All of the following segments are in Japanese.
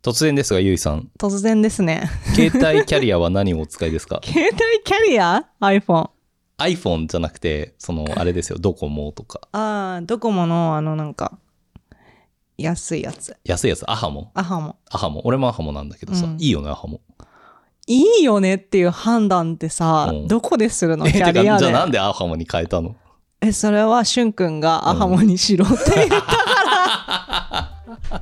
突然ですがゆいさん、 突然ですね。 携帯キャリアは何をお使いですか？ 携帯キャリア ?iPhone。 iPhone じゃなくてあれですよ、ドコモとか。 ドコモのなんか安いやつ。 アハモ。俺もアハモなんだけどさ、いいよねアハモ。 いいよねっていう判断ってさ、どこでするの？キャリアで。 じゃあなんでアハモに変えたの？ それはしゅんくんがアハモにしろって言ったから、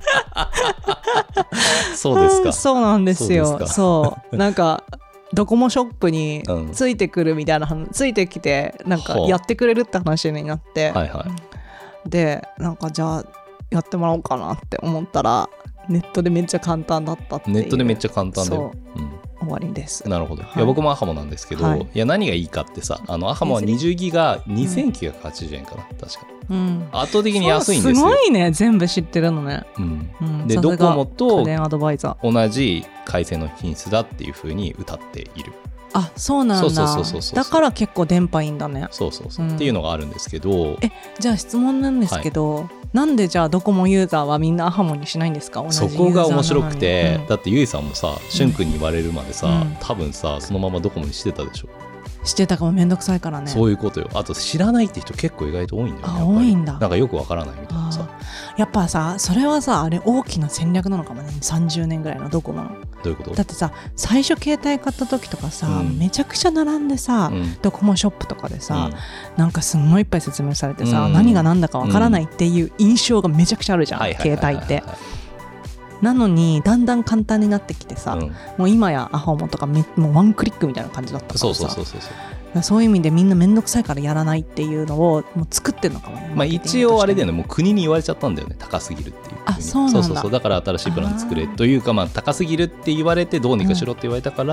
そうですか、 そうなんですよ。そうなんかドコモショップについてくるみたいな、ついてきてなんかやってくれるって話になって、でなんかじゃあやってもらおうかなって思ったらネットでめっちゃ簡単だったっていう。 ネットでめっちゃ簡単だよ。 終わりです。 なるほど。いや僕もアハモなんですけど、いや何がいいかってさ、アハモは20ギガ2980円かな、確か。圧倒的に安いんですよ。 すごいね、全部知ってるのね。 でドコモと家電アドバイザー同じ回線の品質だっていう風に謳っている。 あ、そうなんだ。だから結構電波いいんだね。 そうっていうのがあるんですけど、 じゃあ質問なんですけど、なんでじゃあドコモユーザーはみんなアハモにしないんですか？同じユーザーなのに。そこが面白くて、だってゆいさんもさ、しゅんくんに言われるまでさ、多分さそのままドコモにしてたでしょ。 してたかも。めんどくさいからね。 そういうことよ。あと知らないって人結構意外と多いんだよね。 多いんだ。 なんかよくわからないみたいなさ。 やっぱさ、それはさ、あれ大きな戦略なのかもね。30年ぐらいのドコモの。 どういうこと？ だってさ、最初携帯買った時とかさ、めちゃくちゃ並んでさ、ドコモショップとかでさ、なんかすんごいいっぱい説明されてさ、何が何だかわからないっていう印象がめちゃくちゃあるじゃん、携帯って。なのにだんだん簡単になってきてさ、もう今やアハモとかもうワンクリックみたいな感じだったからさ。そういう意味でみんなめんどくさいからやらないっていうのをもう作ってるのかもね。 まあ一応あれだよね、もう国に言われちゃったんだよね、高すぎるっていう。 そうなんだ。 だから新しいプラン作れというか、まあ高すぎるって言われてどうにかしろって言われたから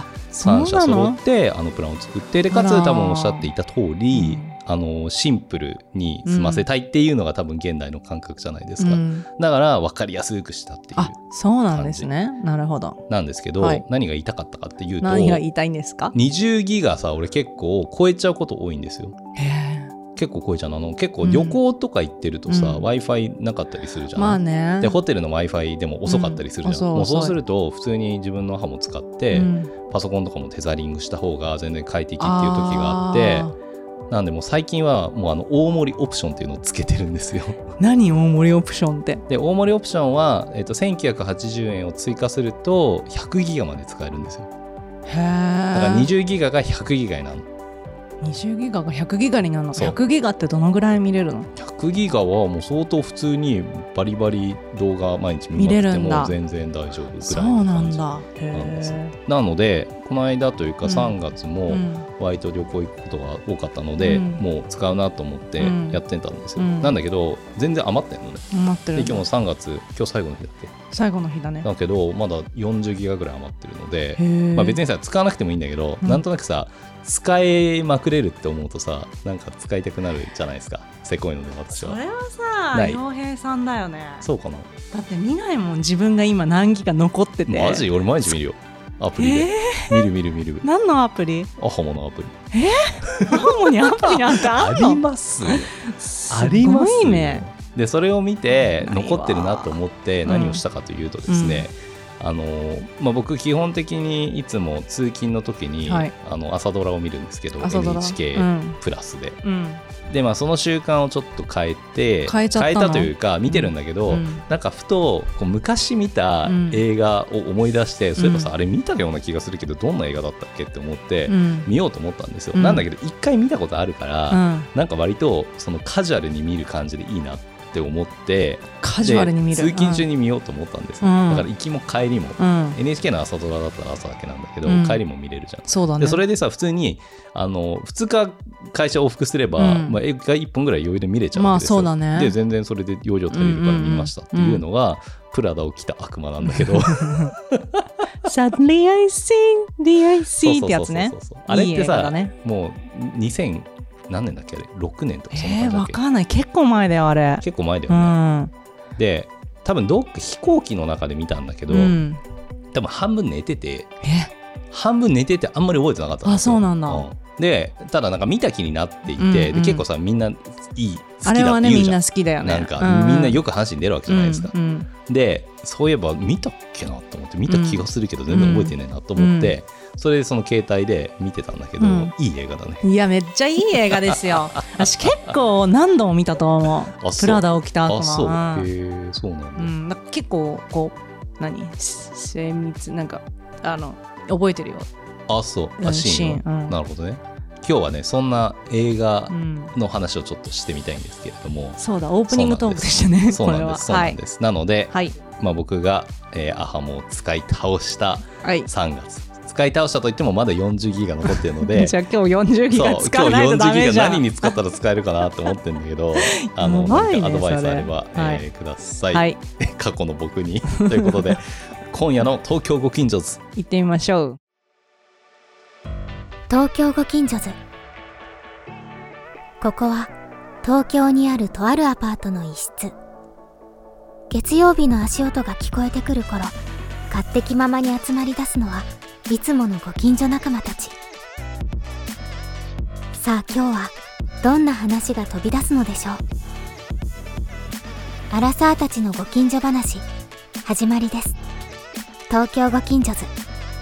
、3社揃ってプランを作って、でかつ多分おっしゃっていた通り、シンプルに済ませたいっていうのが多分現代の感覚じゃないですか。だから分かりやすくしたっていう。 そうなんですね。なるほど。 なんですけど、何が言いたかったかっていうと、 何が言いたいんですか ？20ギガさ、俺結構超えちゃうこと多いんですよ。結構超えちゃう。結構旅行とか行ってるとさ、Wi-Fi なかったりするじゃん。 まあね。 でホテルの Wi-Fi でも遅かったりするじゃん。もうそうすると普通に自分のアハモ使って、パソコンとかもテザリングした方が全然快適っていう時があって、なんでもう最近はもう大盛りオプションっていうのをつけてるんですよ。 何大盛りオプションって？ で大盛りオプションは、1980円を追加すると100ギガまで使えるんですよ。だから20ギガが100ギガになるの。 20ギガが100ギガになるの。100ギガってどのぐらい見れるの ？100ギガはもう相当普通にバリバリ動画毎日見なくても全然大丈夫ぐらいの感じ。 そうなんだ。 なのでこの間というか3月も割と旅行行くことが多かったので、もう使うなと思ってやってたんですよ。なんだけど全然余ってんのね。 余ってる。 で今日も3月、今日最後の日だっけ？ 最後の日だね。 だけどまだ40ギガぐらい余ってるので、まあ、別にさ使わなくてもいいんだけど、なんとなくさ使いまくれるって思うとさ、なんか使いたくなるじゃないですか。せこいので私は。 それはさ、洋平さんだよね。 そうかな。 だって見ないもん、自分が今何ギガ残ってて。 マジ？俺毎日見るよ、アプリで。見る。 何のアプリ？ アハモのアプリ。 アハモにアプリなんてあるの？ あります。 すごいね。 でそれを見て残ってるなと思って何をしたかというとですね、僕基本的にいつも通勤の時に、朝ドラを見るんですけど、 NHK プラスで、でその習慣をちょっと変えたというか見てるんだけど、なんかふとこう昔見た映画を思い出して、そういえばさあれ見たような気がするけどどんな映画だったっけって思って見ようと思ったんですよ。なんだけど一回見たことあるから、なんか割とそのカジュアルに見る感じでいいなって思って、 カジュアルに見る、 通勤中に見ようと思ったんですよ。だから行きも帰りも、NHK の朝ドラだったら朝だけなんだけど、帰りも見れるじゃん。 そうだね。 でそれでさ普通に2日会社往復すれば、映画1本ぐらい余裕で見れちゃうんですよ。 そうだね。 で全然それで容量足りるから見ましたっていうのが、プラダを着た悪魔なんだけど Suddenly I see the I see ってやつね。 あれってさ、もう2000何年だっけ、あれ6年とかそんな感じだっけ。 わかんない。結構前だよあれ。 結構前だよね。で多分飛行機の中で見たんだけど、多分半分寝ててあんまり覚えてなかったんですよ。 そうなんだ。 でただなんか見た気になっていて、で結構さみんないい好きだって言うじゃん。 あれはねみんな好きだよね。 なんか、みんなよく話に出るわけじゃないですか、でそういえば見たっけなと思って、見た気がするけど全然覚えてないなと思って、それでその携帯で見てたんだけど、いい映画だね。 いやめっちゃいい映画ですよ私結構何度も見たと思う。プラダを着た悪魔。 あ、そう。へえ、そうなんだ。 結構こう精密なんか覚えてるよ。 あ、そう。シーン。なるほどね。今日はね、そんな映画の話をちょっとしてみたいんですけれども、 そうだ、オープニングトークでしたね。 そうなんです。そうなんです。なので、僕がアハモを使い倒した3月、使い倒したといってもまだ40ギガ残ってるのでじゃあ今日40ギガ使わないとダメじゃん。今日40ギガ何に使ったら使えるかなと思ってるんだけど何かアドバイスあればください、過去の僕にということで今夜の東京ご近所図行ってみましょう。 東京ご近所図。ここは東京にあるとあるアパートの一室。月曜日の足音が聞こえてくる頃、勝手気ままに集まり出すのはいつものご近所仲間たち。さあ今日はどんな話が飛び出すのでしょう。アラサーたちのご近所話、始まりです。東京ご近所図。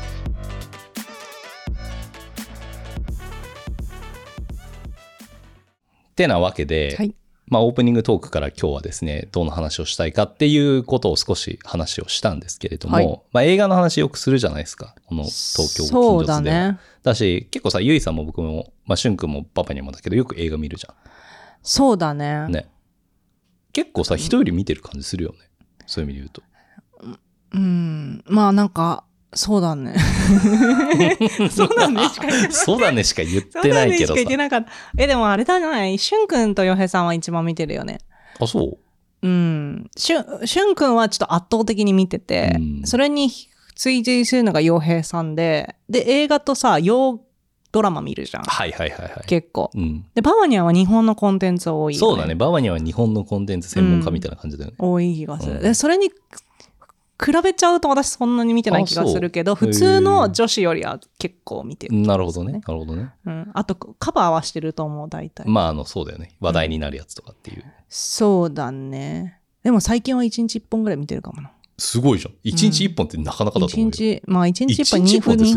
てなわけで、オープニングトークから今日はですね、どんな話をしたいかっていうことを少し話をしたんですけれども、映画の話よくするじゃないですか、この東京ご近所図で。そうだね。だし、結構さ、ゆいさんも僕も、しゅんくんもパパにもだけど、よく映画見るじゃん。 そうだね。 結構さ、人より見てる感じするよね。そういう意味で言うと。 まあなんか、そうだね。そうだねしか言ってない。 そうだねしか言ってないけどさ。そうだねしか言ってなかった。 でもあれだね。しゅんくんとよへさんは一番見てるよね。 あ、そう？ しゅんくんはちょっと圧倒的に見てて、それに追随するのがよへさんで、映画とさ、洋ドラマ見るじゃん。結構。で、バワニャは日本のコンテンツ多いよね。 そうだね。バワニャは日本のコンテンツ専門家みたいな感じだよね。 多い気がする。で、それに比べちゃうと私そんなに見てない気がするけど、普通の女子よりは結構見てる、ね。 なるほどね。なるほどね。 あとカバーはしてると思う、大体。 そうだよね。話題になるやつとかっていう。 そうだね。でも最近は1日1本ぐらい見てるかもな。 すごいじゃん。1日1本ってなかなかだと思うよ。 1日1本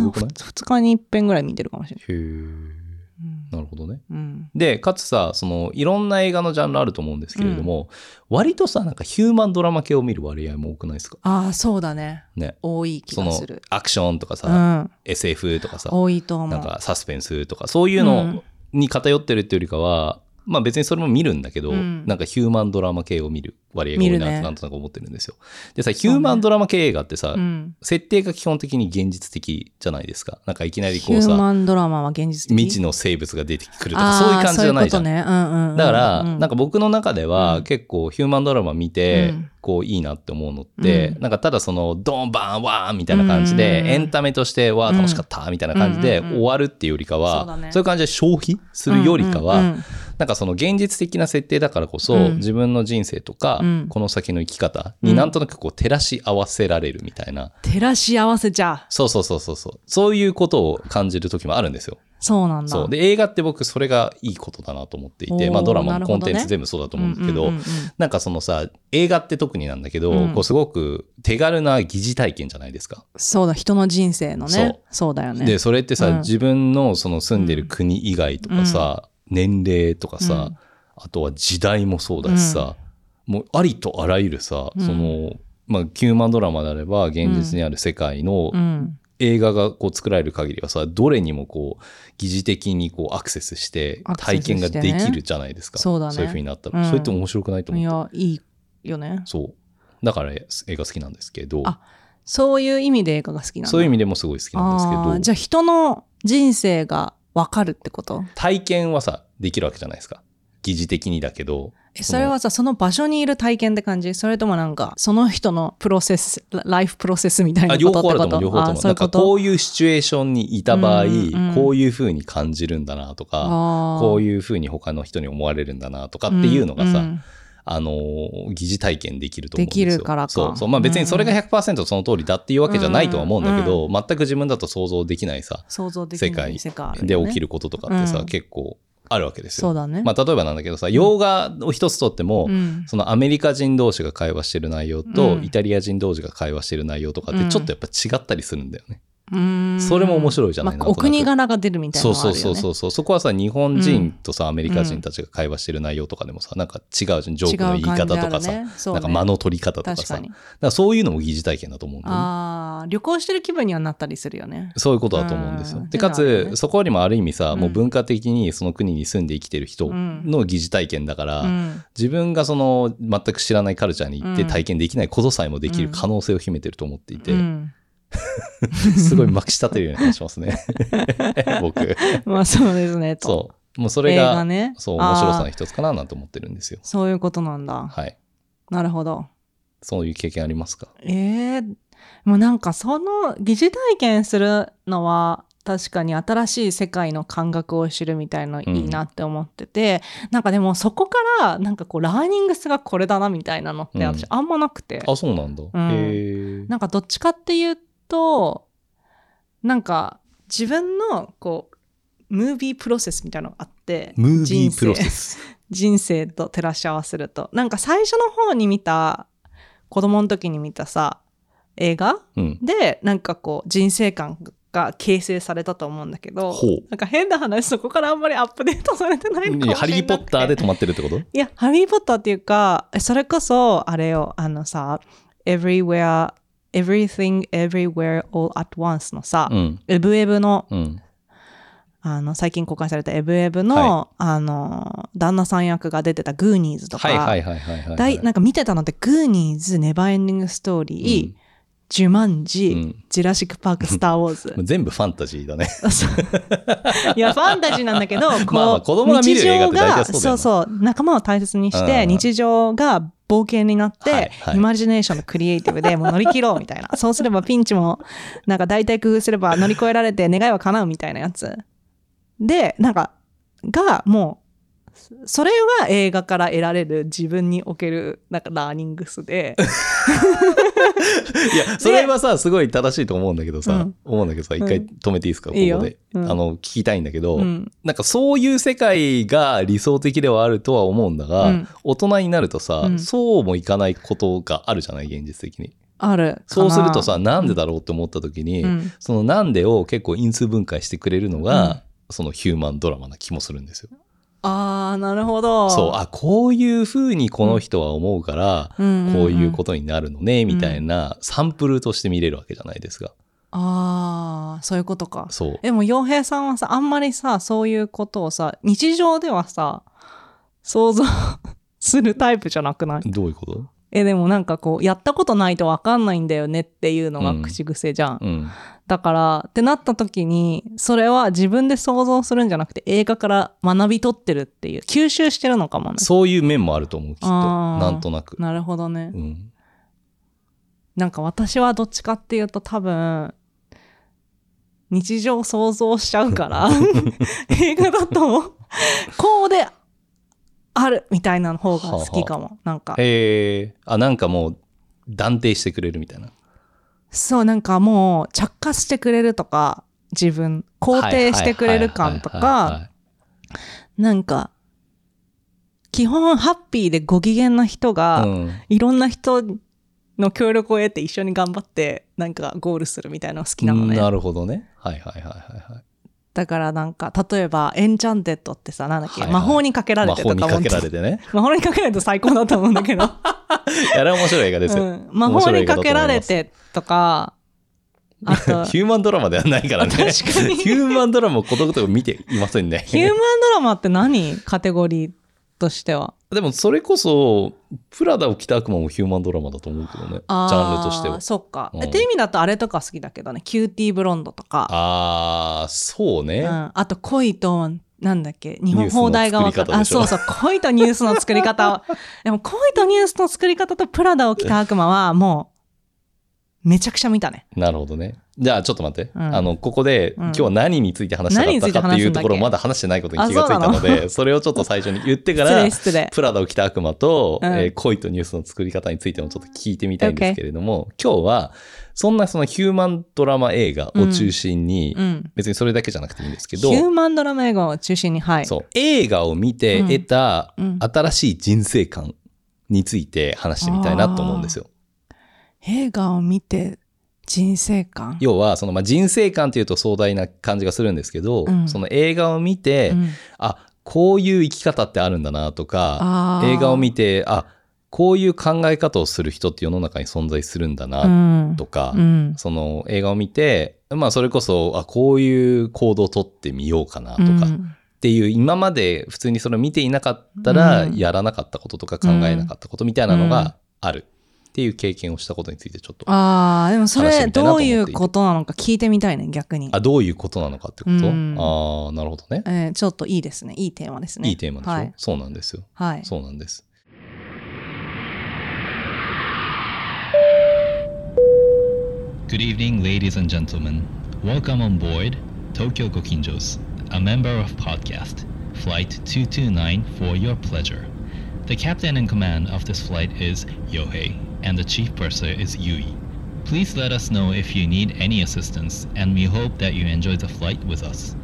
2日に1遍ぐらい見てるかもしれない。 へー。なるほどね。で、かつさ、いろんな映画のジャンルあると思うんですけれども、割とさ、なんかヒューマンドラマ系を見る割合も多くないですか？ ああ、そうだね。多い気がする。 アクションとかさ、SF とかさ、 多いと思う。 なんかサスペンスとか、そういうのに偏ってるっていうよりかは、別にそれも見るんだけど、なんかヒューマンドラマ系を見る割合が多いなってなんとなく思ってるんですよ。でさ、ヒューマンドラマ系映画ってさ、設定が基本的に現実的じゃないですか。なんかいきなりこうさ、 ヒューマンドラマは現実的。 未知の生物が出てくるとか、そういう感じじゃないじゃん。だから、なんか僕の中では結構ヒューマンドラマ見て、こういいなって思うのって、なんかただドーンバーンワーンみたいな感じで、エンタメとしてわー楽しかったみたいな感じで終わるっていうよりかは、そういう感じで消費するよりかは、なんか現実的な設定だからこそ、自分の人生とか、この先の生き方になんとなくこう照らし合わせられるみたいな。 照らし合わせちゃう。 そういうことを感じる時もあるんですよ。 そうなんだ。 で、映画って僕それがいいことだなと思っていて、ドラマもコンテンツ全部そうだと思うんですけど、なんかさ、映画って特になんだけど、こうすごく手軽な疑似体験じゃないですか。 そうだ、人の人生のね。そうだよね。 で、それってさ、自分の住んでる国以外とかさ、年齢とかさ、あとは時代もそうだしさ、もうありとあらゆるさ、ヒューマンドラマであれば現実にある世界の映画がこう作られる限りはさ、どれにもこう疑似的にこうアクセスして体験ができるじゃないですか。そうだね。そういう風になったら、それって面白くないと思う。 いや、いいよね。 そう。だから映画好きなんですけど。 そういう意味で映画が好きなんだ。 そういう意味でもすごい好きなんですけど。 じゃあ人の人生が分かるってこと？ 体験はさ、できるわけじゃないですか。疑似的にだけど。 それはさ、その場所にいる体験って感じ？それともなんか、その人のプロセス、ライフプロセスみたいなことってこと？ 両方あると思う、両方あると思う。なんかこういうシチュエーションにいた場合、こういう風に感じるんだなとか、こういう風に他の人に思われるんだなとかっていうのがさ、疑似体験できると思うんですよ。 できるからか。 そう。別にそれが 100% その通りだっていうわけじゃないとは思うんだけど、全く自分だと想像できないさ、世界で起きることとかってさ、結構あるわけですよ。 そうだね。 まあ例えばなんだけどさ、洋画を一つとっても、そのアメリカ人同士が会話してる内容と、イタリア人同士が会話してる内容とかってちょっとやっぱ違ったりするんだよね。それも面白いじゃない、 お国柄が出るみたいなのがあるよね。 そうそこはさ、日本人とさ、アメリカ人たちが会話してる内容とかでもさ、なんか違うじゃん。ジョークの言い方とかさ、なんか間の取り方とかさ、だからそういうのも疑似体験だと思うんだよね。 旅行してる気分にはなったりするよね。 そういうことだと思うんですよ。でかつ、そこにもある意味さ、もう文化的にその国に住んで生きてる人の疑似体験だから、自分がその全く知らないカルチャーに行って体験できないことさえもできる可能性を秘めてると思っていて、すごいまくし立てるような話しますね僕。 まあそうですねと。 そうもうそれが、ね、そう面白さの一つかななんて思ってるんですよ。 そういうことなんだ。 はい。 なるほど。 そういう経験ありますか？ もうなんかその疑似体験するのは確かに新しい世界の感覚を知るみたいのいいなって思ってて、なんかでもそこからなんかこうラーニングスがこれだなみたいなのって私あんまなくて、 あ、そうなんだ。 なんかどっちかっていうとなんか自分のこうムービープロセスみたいなのがあって、 ムービープロセス人生と照らし合わせるとなんか最初の方に見た子供の時に見たさ映画、でなんかこう人生観が形成されたと思うんだけど、なんか変な話そこからあんまりアップデートされてないのかもしれなくて。 ハリーポッターで止まってるってこと？ いやハリーポッターっていうかそれこそあれよさEverything Everywhere All at Once のさ、エブエブの、最近公開されたエブエブの、旦那さん役が出てたグーニーズとか、なんか見てたのってグーニーズ、ネバーエンディングストーリー、ジュマンジ、ジュラシックパーク、スターウォーズ。 全部ファンタジーだね。 いや、ファンタジーなんだけど、 まあ子供が見る映画って大体そうだよね。 そうそう、仲間を大切にして、日常が冒険になって、イマジネーションのクリエイティブでもう乗り切ろうみたいな。そうすればピンチも、なんか大体工夫すれば乗り越えられて願いは叶うみたいなやつ。で、なんか、がもう、それは映画から得られる自分におけるなんかラーニングスでいやそれはさすごい正しいと思うんだけどさ、一回止めていいですか、ここで、聞きたいんだけど、なんかそういう世界が理想的ではあるとは思うんだが、大人になるとさ、そうもいかないことがあるじゃない、現実的に。 ある。 そうするとさ、なんでだろうって思った時に、そのなんでを結構因数分解してくれるのが、そのヒューマンドラマな気もするんですよ。 あー、なるほど。 そう、こういう風にこの人は思うから、こういうことになるのね、みたいなサンプルとして見れるわけじゃないですか。 あー、そういうことか。 そう。 でも洋平さんはさ、あんまりさ、そういうことをさ、日常ではさ、想像するタイプじゃなくない？ どういうこと？ でもなんかこうやったことないと分かんないんだよねっていうのが口癖じゃん、だからってなった時にそれは自分で想像するんじゃなくて映画から学び取ってるっていう吸収してるのかもね。 そういう面もあると思う、きっと。なんとなく。 なるほどね、なんか私はどっちかっていうと多分日常想像しちゃうから映画だとこうであるみたいな方が好きかも。なんかなんかもう断定してくれるみたいな。 そう、なんかもう着火してくれるとか自分肯定してくれる感とか、なんか基本ハッピーでご機嫌な人が、いろんな人の協力を得て一緒に頑張ってなんかゴールするみたいなの好きなのね。 なるほどね。 だからなんか例えばエンチャンテッドってさ、なんだっけ、魔法にかけられてとか魔法にかけられてね。 魔法にかけられて最高だと思うんだけどあれ面白い映画ですよ、 魔法にかけられてとか、あとヒューマンドラマではないからね。確かにヒューマンドラマをことごとく見ていませんね。 ヒューマンドラマって何？カテゴリーとしては。 でもそれこそプラダを着た悪魔もヒューマンドラマだと思うけどね、ジャンルとしては。 そっか、って意味だとあれとか好きだけどね、キューティーブロンドとか。 そうね、 あと恋となんだっけ、日本放題が分かる。そうそう、恋とニュースの作り方でも恋とニュースの作り方とプラダを着た悪魔はもめちゃくちゃ見たね。 なるほどね。じゃあちょっと待って、ここで、今日は何について話したかったかっていうところをまだ話してないことに気がついたので、それをちょっと最初に言ってからプラダを着た悪魔と、恋とニュースの作り方についてもちょっと聞いてみたいんですけれども、今日はそんなそのヒューマンドラマ映画を中心に、別にそれだけじゃなくていいんですけど、 ヒューマンドラマ映画を中心に、はい、 そう映画を見て得た新しい人生観について話してみたいなと思うんですよ。 映画を見て人生観、 要はその人生観というと壮大な感じがするんですけど、その映画を見て、こういう生き方ってあるんだなとか、映画を見てこういう考え方をする人って世の中に存在するんだなとか、その映画を見て、それこそこういう行動をとってみようかなとか、っていう今まで普通にそれを見ていなかったらやらなかったこととか考えなかったことみたいなのがあるっていう経験をしたことについてちょっとでもそれどういうことなのか聞いてみたいね、逆に。 どういうことなのかってこと、なるほどね、 ちょっといいですね。いいテーマですね。 いいテーマでしょ、はい、そうなんですよ、はい、そうなんです。Good evening, ladies and gentlemen. Welcome on board Tokyo Gokinjos, a member of podcast, Flight 229 for your pleasure. The captain in command of this flight is Yohei, and the chief purser is Yui. Please let us know if you need any assistance, and we hope that you enjoy the flight with us.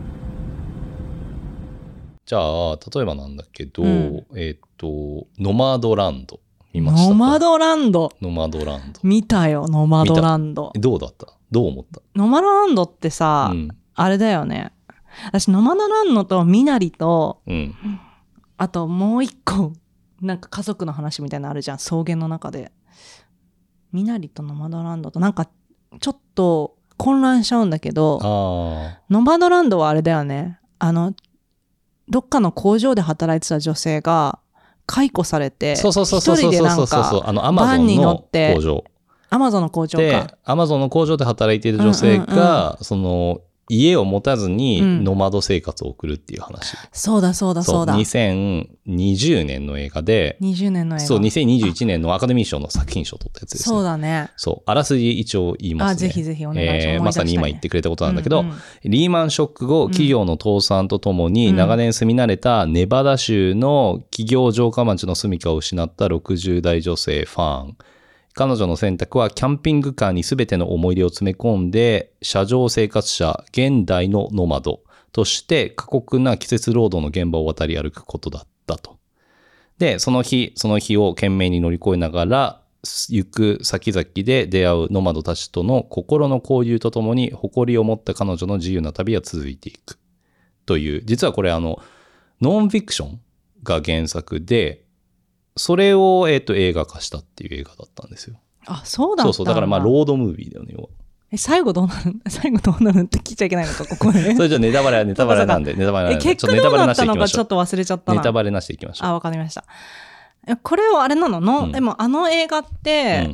じゃあ、例えばなんだけど、ノマドランド。見ましたか？ ノマドランド。 ノマドランド。 見たよ、ノマドランド。 どうだった？どう思った？ ノマドランドってさ、あれだよね。私、ノマドランドとミナリと、あともう一個、なんか家族の話みたいなのあるじゃん、草原の中で。ミナリとノマドランドとなんかちょっと混乱しちゃうんだけど、ノマドランドはあれだよね。どっかの工場で働いてた女性が解雇されて、一人でなんかバンに乗って、アマゾンの工場か。 アマゾンの工場で働いている女性が、その家を持たずにノマド生活を送るっていう話。 そうだ。 2020年の映画で、そう、2021年のアカデミー賞の作品賞を取ったやつです、ね。 そうだね。 そう、あらすじ一応言いますね。 ぜひぜひお願いします。 まさに今言ってくれたことなんだけど、リーマンショック後、企業の倒産とともに長年住み慣れたネバダ州の企業城下町の住処を失った60代女性ファン。彼女の選択はキャンピングカーに全ての思い出を詰め込んで、車上生活者、現代のノマドとして過酷な季節労働の現場を渡り歩くことだったと。で、その日を懸命に乗り越えながら、行く先々で出会うノマドたちとの心の交流とともに、誇りを持った彼女の自由な旅は続いていく。という、実はこれノンフィクションが原作で、それを、映画化したっていう映画だったんですよ。 そうだったんだ。 そう、だからロードムービーだよね、要は。 最後どうなるって聞いちゃいけないのか、ここで。 それじゃネタバレなんで、 結果どうなったのかちょっと忘れちゃったな。 ネタバレなしでいきましょう。 わかりました。これをあれなの？でも映画って、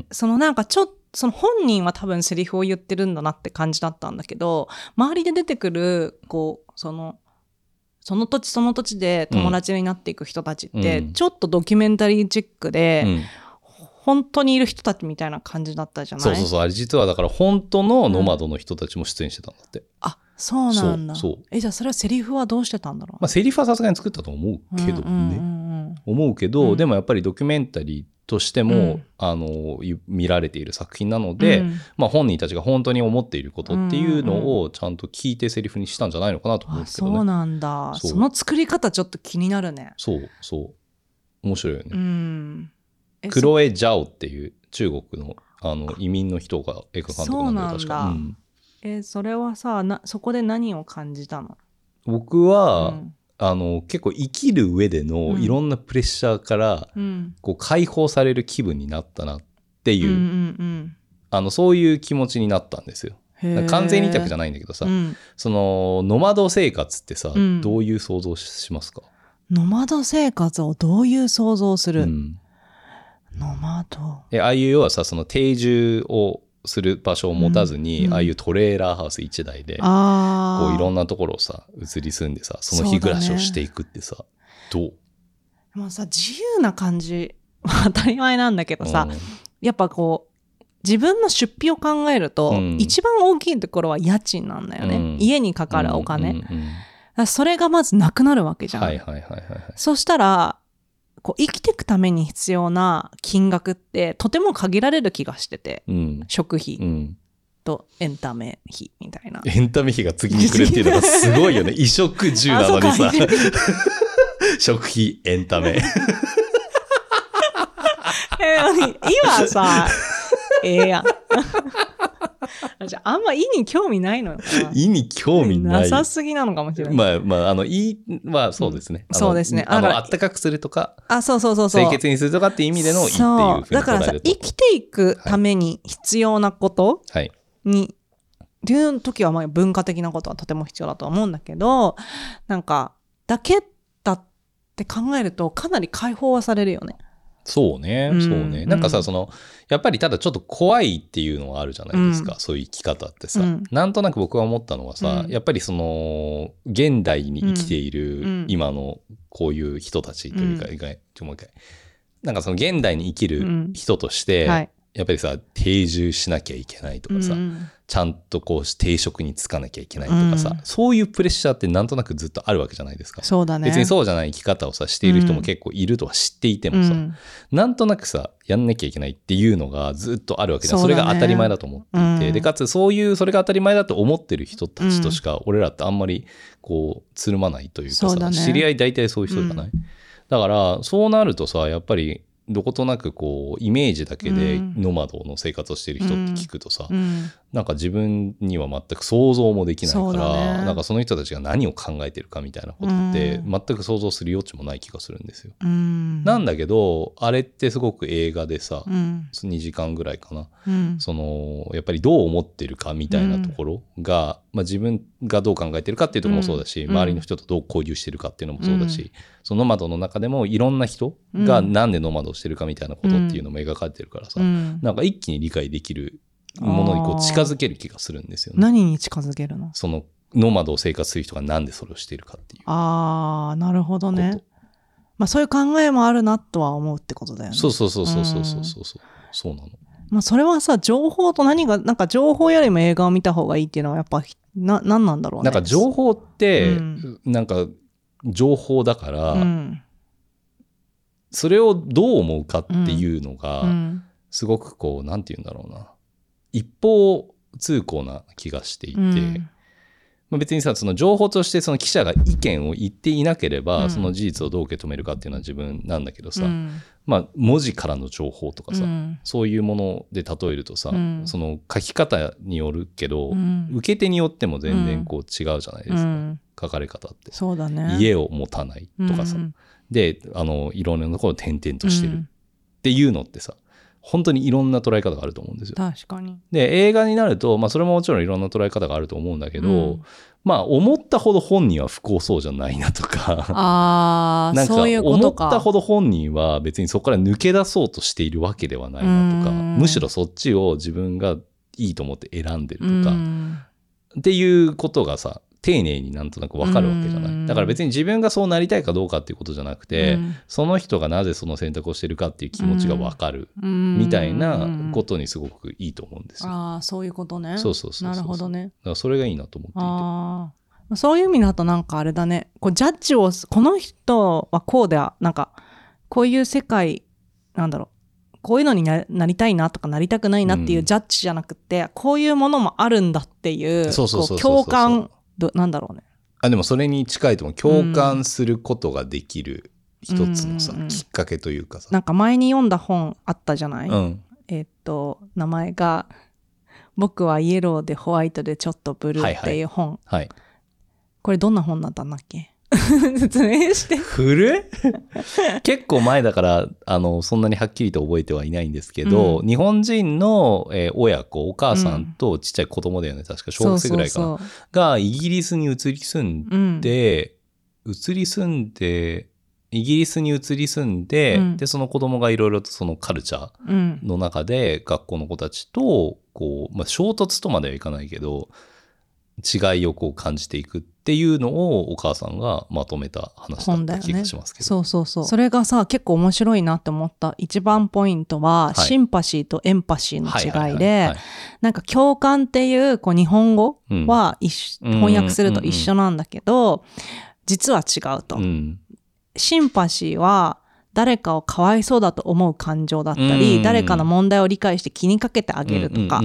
そのなんかその本人は多分セリフを言ってるんだなって感じだったんだけど、周りで出てくる、その土地その土地で友達になっていく人たちって、ちょっとドキュメンタリーチックで、本当にいる人たちみたいな感じだったじゃない？ そう。あれ実はだから本当のノマドの人たちも出演してたんだって。 そうなんだ。じゃあそれはセリフはどうしてたんだろう？ セリフはさすがに作ったと思うけどね。でもやっぱりドキュメンタリーとしても、見られている作品なので、本人たちが本当に思っていることっていうのをちゃんと聞いてセリフにしたんじゃないのかなと思うんですけどね。 そうなんだ。その作り方ちょっと気になるね。 そう。面白いよね。クロエ・ジャオっていう中国の移民の人が映画監督なんだよ、確か。 それはさ、そこで何を感じたの？ 僕は、結構生きる上でのいろんなプレッシャーから、解放される気分になったなっていう、そういう気持ちになったんですよ。完全に委託じゃないんだけどさ、そのノマド生活ってさ、どういう想像しますか？ ノマド生活をどういう想像する？ノマド。 ああいう要はさ、その定住をする場所を持たずに、ああいうトレーラーハウス1台で、いろんなところをさ、移り住んでさ、その日暮らしをしていくってさ、どう？もうさ、自由な感じは当たり前なんだけどさ、やっぱ自分の出費を考えると、一番大きいところは家賃なんだよね、家にかかるお金、それがまずなくなるわけじゃん、そしたらこう生きていくために必要な金額ってとても限られる気がしてて、食費、とエンタメ費みたいな。 エンタメ費が次に来るっていうのがすごいよね。衣食住なのにさ。食費、エンタメ。 今さ、やん。じゃあんま意に興味ないのよ。 意に興味ない。 なさすぎなのかもしれない。 意はそうですね。 そうですね。 あったかくするとか、 そう清潔にするとかっていう意味での意っていうふうに捉えると。 だからさ、生きていくために必要なこと、にっていう時はまあ文化的なことはとても必要だと思うんだけど、なんかだけだって考えるとかなり解放はされるよね。 そうね、そうね。なんかさ、やっぱりただちょっと怖いっていうのはあるじゃないですか、そういう生き方ってさ、なんとなく僕が思ったのはさ、やっぱり現代に生きている今のこういう人たちというか、もう一回なんか現代に生きる人として、やっぱりさ、定住しなきゃいけないとかさ、ちゃんとこう定職に就かなきゃいけないとかさ、そういうプレッシャーってなんとなくずっとあるわけじゃないですか。 そうだね。 別にそうじゃない生き方をさしている人も結構いるとは知っていてもさ、なんとなくさやんなきゃいけないっていうのがずっとあるわけじゃん。それが当たり前だと思っていて、でかつそれが当たり前だと思ってる人たちとしか、俺らってあんまりこうつるまないというかさ、知り合い大体そういう人じゃない、だからそうなるとさ、やっぱりどことなくこうイメージだけでノマドの生活をしている人って聞くとさ、なんか自分には全く想像もできないから、なんかその人たちが何を考えてるかみたいなことって全く想像する余地もない気がするんですよ。なんだけどあれってすごく映画でさ、2時間ぐらいかな、やっぱりどう思ってるかみたいなところが、自分がどう考えてるかっていうところもそうだし、周りの人とどう交流してるかっていうのもそうだし、そのノマドの中でもいろんな人がなんでノマドをしてるかみたいなことっていうのも描かれてるからさ、なんか一気に理解できるものにこう近づける気がするんですよね。 何に近づけるの？ そのノマドを生活する人がなんでそれをしているかっていう。 なるほどね。そういう考えもあるなとは思うってことだよね。そうなの。 それはさ、情報となんか情報よりも映画を見た方がいいっていうのはやっぱ何なんだろうね。 なんか情報って、なんか情報だから、それをどう思うかっていうのが、すごくこうなんて言うんだろうな、一方通行な気がしていて、別にさ、その情報としてその記者が意見を言っていなければ、その事実をどう受け止めるかっていうのは自分なんだけどさ、文字からの情報とかさ、そういうもので例えるとさ、その書き方によるけど、受け手によっても全然こう違うじゃないですか、書かれ方って。 そうだね。 家を持たないとかさ、でいろんなところを転々としてるっていうのってさ、本当にいろんな捉え方があると思うんですよ。 確かに。 で映画になると、それももちろんいろんな捉え方があると思うんだけど、思ったほど本人は不幸そうじゃないなとか、なんか思ったほど本人は別にそこから抜け出そうとしているわけではないなとか、むしろそっちを自分がいいと思って選んでるとかっていうことがさ、丁寧になんとなく分かるわけじゃない。だから別に自分がそうなりたいかどうかっていうことじゃなくて、その人がなぜその選択をしてるかっていう気持ちが分かるみたいなことにすごくいいと思うんですよ。 そういうことね。 そうなるほどね。 だからそれがいいなと思っていて。そういう意味だとなんかあれだね、こうジャッジをこの人はこうではなんかこういう世界なんだろう、こういうのに なりたいなとかなりたくないなっていうジャッジじゃなくて、こういうものもあるんだっていう共感、なんだろうね。 でもそれに近いとも共感することができる一つのさ、きっかけというかさ、 なんか前に読んだ本あったじゃない、名前が僕はイエローでホワイトでちょっとブルーっていう本、これどんな本だったんだっけ説明して。 古い結構前だからそんなにはっきりと覚えてはいないんですけど、日本人の、親子、お母さんとちっちゃい子供だよね、確か小学生ぐらいかな、がイギリスに移り住んで、イギリスに移り住んで、でその子供がいろいろとそのカルチャーの中で学校の子たちとこう、衝突とまではいかないけど、 違いをこう感じていくっていうのをお母さんがまとめた話だった気がしますけど、 そうそうそう。それがさ結構面白いなって思った一番ポイントは、シンパシーとエンパシーの違いで、なんか共感っていうこう日本語は翻訳すると一緒なんだけど、実は違うと。シンパシーは誰かをかわいそうだと思う感情だったり、誰かの問題を理解して気にかけてあげるとか、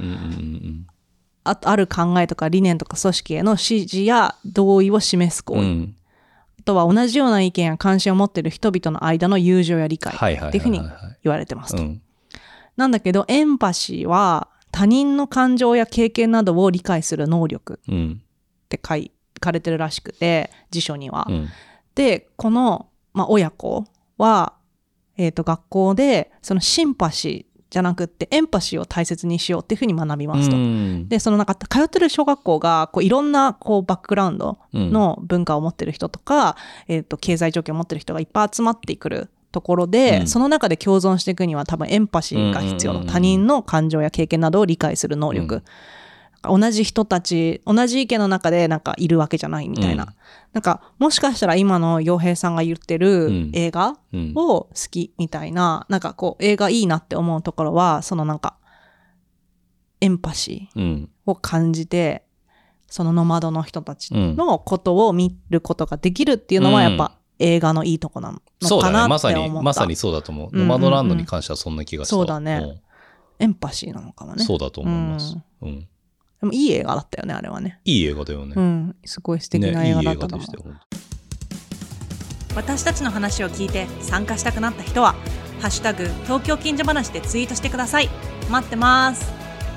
ある考えとか理念とか組織への支持や同意を示す行為、あとは同じような意見や関心を持っている人々の間の友情や理解っていうふうに言われてますと。なんだけどエンパシーは他人の感情や経験などを理解する能力って書かれてるらしくて、辞書には。でこの、親子は、学校でそのシンパシーじゃなくってエンパシーを大切にしようっていうふうに学びますと。でそのなんか通ってる小学校がこういろんなこうバックグラウンドの文化を持ってる人とか、経済状況を持ってる人がいっぱい集まってくるところで、その中で共存していくには多分エンパシーが必要な、他人の感情や経験などを理解する能力、同じ人たち同じ意見の中でなんかいるわけじゃないみたいな、なんかもしかしたら今の洋平さんが言ってる映画を好きみたいな、なんかこう映画いいなって思うところはそのなんかエンパシーを感じて、そのノマドの人たちのことを見ることができるっていうのはやっぱ映画のいいとこなのかなって思った。そうだね、 まさにそうだと思う。ノマドランドに関してはそんな気がした。 そうだね、エンパシーなのかもね。 そうだと思います。 でもいい映画だったよね、あれはね。 いい映画だよね。 すごい素敵な映画だったと思う。 いい映画でしたよ。 私たちの話を聞いて参加したくなった人はハッシュタグ東京近所話でツイートしてください。待ってます。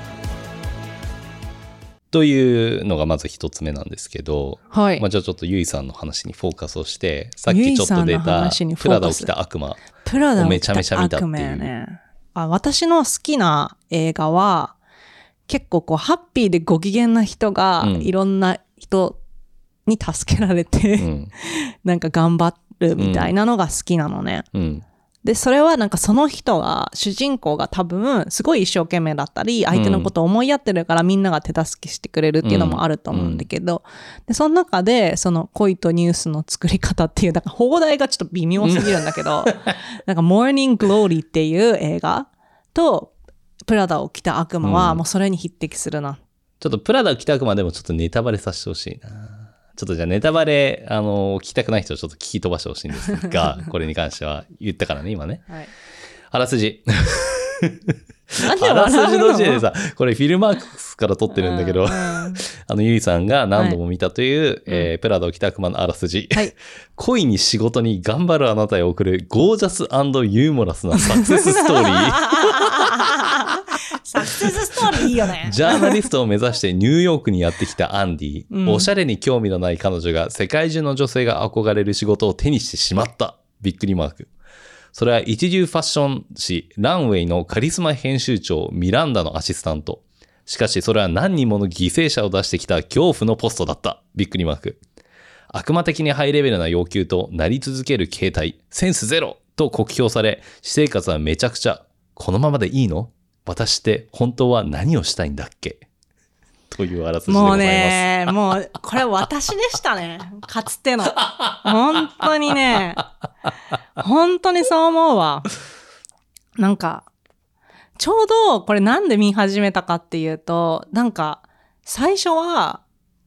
というのがまず一つ目なんですけど、じゃあちょっとゆいさんの話にフォーカスをして、さっきちょっと出たプラダを着た悪魔をめちゃめちゃ見たっていう。 私の好きな映画は結構こうハッピーでご機嫌な人がいろんな人に助けられて、なんか頑張るみたいなのが好きなのね。でそれはなんかその人が主人公が多分すごい一生懸命だったり相手のことを思いやってるからみんなが手助けしてくれるっていうのもあると思うんだけど、でその中でその恋とニュースの作り方っていうなんか放題がちょっと微妙すぎるんだけどなんかモーニング・グローリーっていう映画とプラダを着た悪魔はもうそれに匹敵するな。 ちょっとプラダを着た悪魔でもちょっとネタバレさせてほしいな。ちょっとじゃあネタバレ聞きたくない人はちょっと聞き飛ばしてほしいんですがこれに関しては言ったからね今ね、あらすじあらすじの時点でさ、これフィルマークスから撮ってるんだけど、ゆいさんが何度も見たという、プラダを着た悪魔のあらすじ、恋に仕事に頑張るあなたへ送るゴージャス&ユーモラスなサクセスストーリーサクセスストーリーいいよね。 ジャーナリストを目指してニューヨークにやってきたアンディ、おしゃれに興味のない彼女が世界中の女性が憧れる仕事を手にしてしまった。びっくりマーク。それは一流ファッション誌ランウェイのカリスマ編集長ミランダのアシスタント。しかしそれは何人もの犠牲者を出してきた恐怖のポストだった。びっくりマーク。悪魔的にハイレベルな要求となり続ける形態、センスゼロと酷評され、私生活はめちゃくちゃ。このままでいいの？私って本当は何をしたいんだっけ？というあらすじでございます。もうね、 もうこれ私でしたね。かつての。本当にね、本当にそう思うわ。なんか、ちょうどこれなんで見始めたかっていうと、なんか最初は、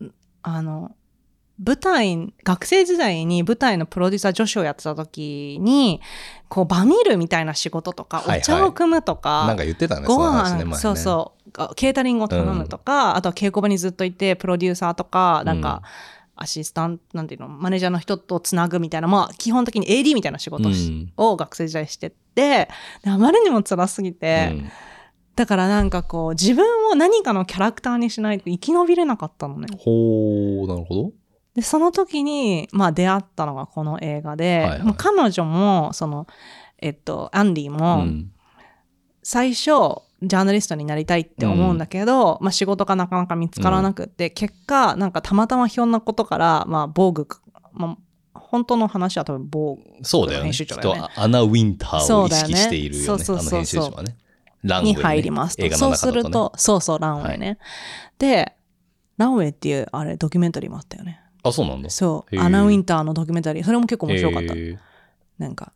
学生時代に舞台のプロデューサー助手をやってた時に、こうバミるみたいな仕事とか、お茶を組むとか、 なんか言ってたね、 ご飯、そうそう、ケータリングを頼むとか、あとは稽古場にずっといて、プロデューサーとか、なんか、アシスタント、なんていうの、マネージャーの人とつなぐみたいな、まあ、基本的に AD みたいな仕事を学生時代してて、あまりにも辛すぎて、だからなんかこう、自分を何かのキャラクターにしないと生き延びれなかったのね。 ほー、なるほど。 でその時に、まあ、出会ったのがこの映画で、もう彼女もその、アンディも、最初ジャーナリストになりたいって思うんだけど、まあ、仕事がなかなか見つからなくって、結果なんかたまたまひょんなことから、まあ、ボーグ、まあ、本当の話は多分ボーグの編集長だよね。 そうだよね。きっとアナ・ウィンターを意識しているよね。あの編集長はね。ランウェイ、ね、 に入りますと。そうすると、そうそう、ランウェイね。でランウェイっていうあれドキュメンタリーもあったよね。 あ、そうなんだ。 そうアナ・ウィンターのドキュメンタリー、それも結構面白かった。なんか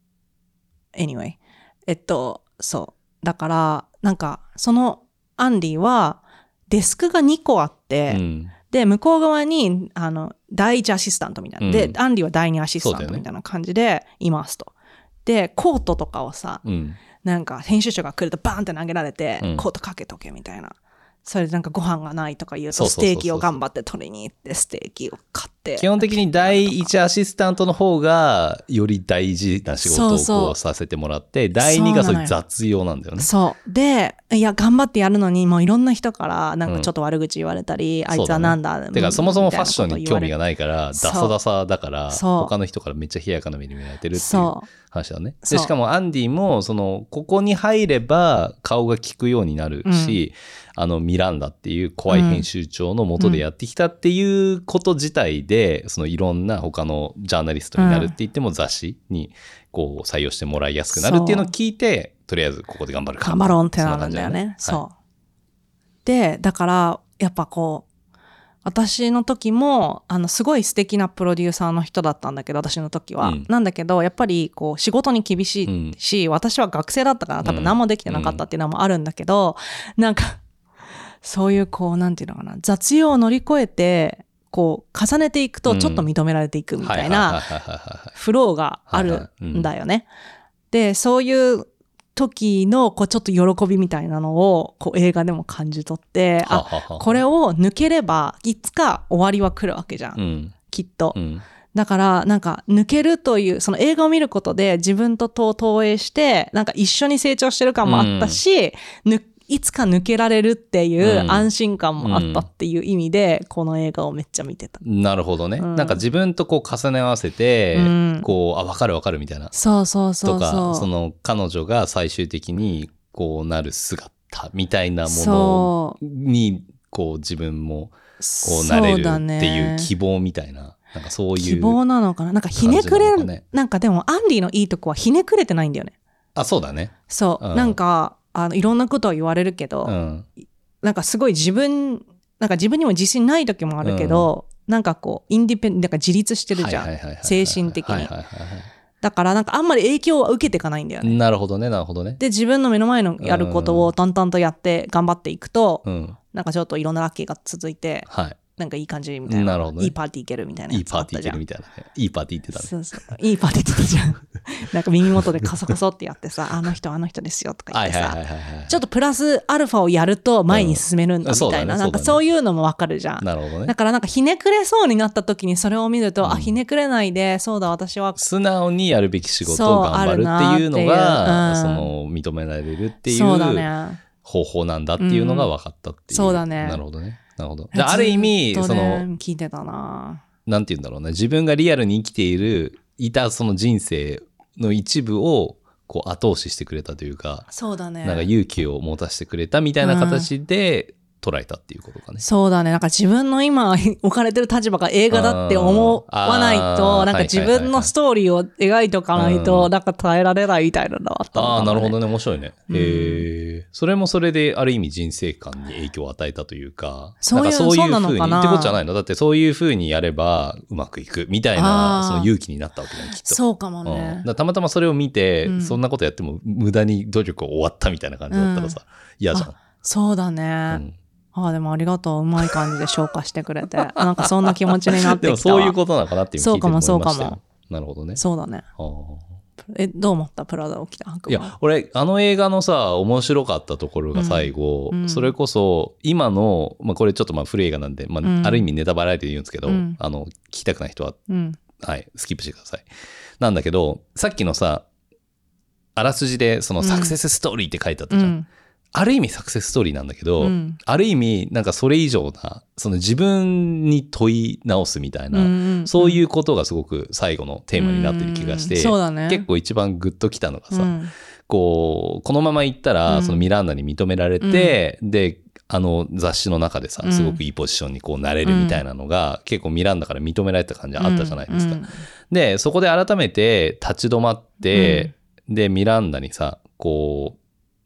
anyway そうだからなんかそのアンディはデスクが2個あって、で向こう側に第一アシスタントみたいな、でアンディは第二アシスタントみたいな感じでいますと。でコートとかをさ、なんか編集長が来るとバーンって投げられて、コートかけとけみたいな。それでなんかご飯がないとか言うとステーキを頑張って取りに行ってステーキを買って、 基本的に第一アシスタントの方がより大事な仕事をこうさせてもらって、第二がそういう雑用なんだよね。 そうで、いや頑張ってやるのにもういろんな人からなんかちょっと悪口言われたり、あいつはなんだ、 てかそもそもファッションに興味がないからダサダサだから、他の人からめっちゃ冷やかな目に見られてるっていう話だね。でしかもアンディもここに入れば顔が利くようになるし、ミランダっていう怖い編集長の下でやってきたっていうこと自体で、いろんな他のジャーナリストになるって言っても雑誌にこう採用してもらいやすくなるっていうのを聞いて、とりあえずここで頑張るか。 頑張ろうってなるんだよね。そう。で、だからやっぱこう、私の時もすごい素敵なプロデューサーの人だったんだけど、私の時は、なんだけどやっぱりこう仕事に厳しいし、私は学生だったから多分何もできてなかったっていうのもあるんだけど、なんかそういうこうなんていうのかな、雑用を乗り越えてこう重ねていくとちょっと認められていくみたいなフローがあるんだよね。でそういう時のこうちょっと喜びみたいなのをこう映画でも感じ取って、これを抜ければいつか終わりは来るわけじゃん、きっと。だからなんか抜けるというその映画を見ることで自分と投影してなんか一緒に成長してる感もあったし、いつか抜けられるっていう安心感もあったっていう意味で、この映画をめっちゃ見てた。 なるほどね。なんか自分とこう重ね合わせて、こう分かる分かるみたいな。 そうそうそうそう。 とか彼女が最終的にこうなる姿みたいなものにこう自分もこうなれるっていう希望みたいな。なんかそういう希望なのかな。なんかひねくれる、なんかでもアンディのいいとこはひねくれてないんだよね。 あ、そうだね。 そう、なんかいろんなことを言われるけど、なんかすごい自分にも自信ない時もあるけど、なんかこうインディペンデント、なんか自立してるじゃん、精神的に。だからなんかあんまり影響は受けていかないんだよね。 なるほどね、なるほどね。 で自分の目の前のやることを淡々とやって頑張っていくと、なんかちょっといろんなラッキーが続いて、なんかいい感じみたいな。なるほどね。いいパーティー行けるみたいなやつあったじゃん。 いいパーティー行けるみたいなね。いいパーティー行ってたね。 そうそう。いいパーティー行ってたじゃん。なんか耳元でカソカソってやってさ、あの人ですよとか言ってさ、ちょっとプラスアルファをやると前に進めるんだみたいな、なんかそういうのもわかるじゃん。 なるほどね。 だからなんかひねくれそうになった時にそれを見ると、ひねくれないで、そうだ私は素直にやるべき仕事を頑張るっていうのが、認められるっていう方法なんだっていうのが分かったっていう。 そうだね。 なるほどね。なるほど。ある意味、 聞いてたな。 なんて言うんだろうな、自分がリアルに生きていたその人生の一部をこう後押ししてくれたというか、 そうだね。 なんか勇気を持たせてくれたみたいな形で捉えたっていうことかね。 そうだね。なんか自分の今置かれてる立場が映画だって思わないと、なんか自分のストーリーを描いておかないと、なんか耐えられないみたいなのがあったのかもね。 なるほどね。面白いね。それもそれである意味人生観に影響を与えたというか、そういう風にってことじゃないの？だってそういう風にやればうまくいくみたいなその勇気になったわけじゃん、きっと。 そうかもね。 だたまたまそれを見て、そんなことやっても無駄に努力を終わったみたいな感じだったらさ、嫌じゃん。 そうだね。でもありがとう。うまい感じで消化してくれて。なんかそんな気持ちになってきたわ。でもそういうことなのかなっていう聞いて思いましたよ。 そうかも、そうかも。 なるほどね。 そうだね。どう思ったプラダを着た白馬。 いや、俺、映画のさ、面白かったところが最後、それこそ、今の、これちょっと古い映画なんで、ある意味ネタバラエティで言うんですけど、聞きたくない人は、はい、スキップしてください。なんだけど、さっきのさ、あらすじで、そのサクセスストーリーって書いてあったじゃん。ある意味サクセスストーリーなんだけど、ある意味なんかそれ以上なその自分に問い直すみたいな、そういうことがすごく最後のテーマになってる気がして、 そうだね、 結構一番グッときたのがさ、このままいったらそのミランダに認められて、で雑誌の中でさすごくいいポジションにこうなれるみたいなのが、結構ミランダから認められた感じあったじゃないですか。でそこで改めて立ち止まって、でミランダにさこう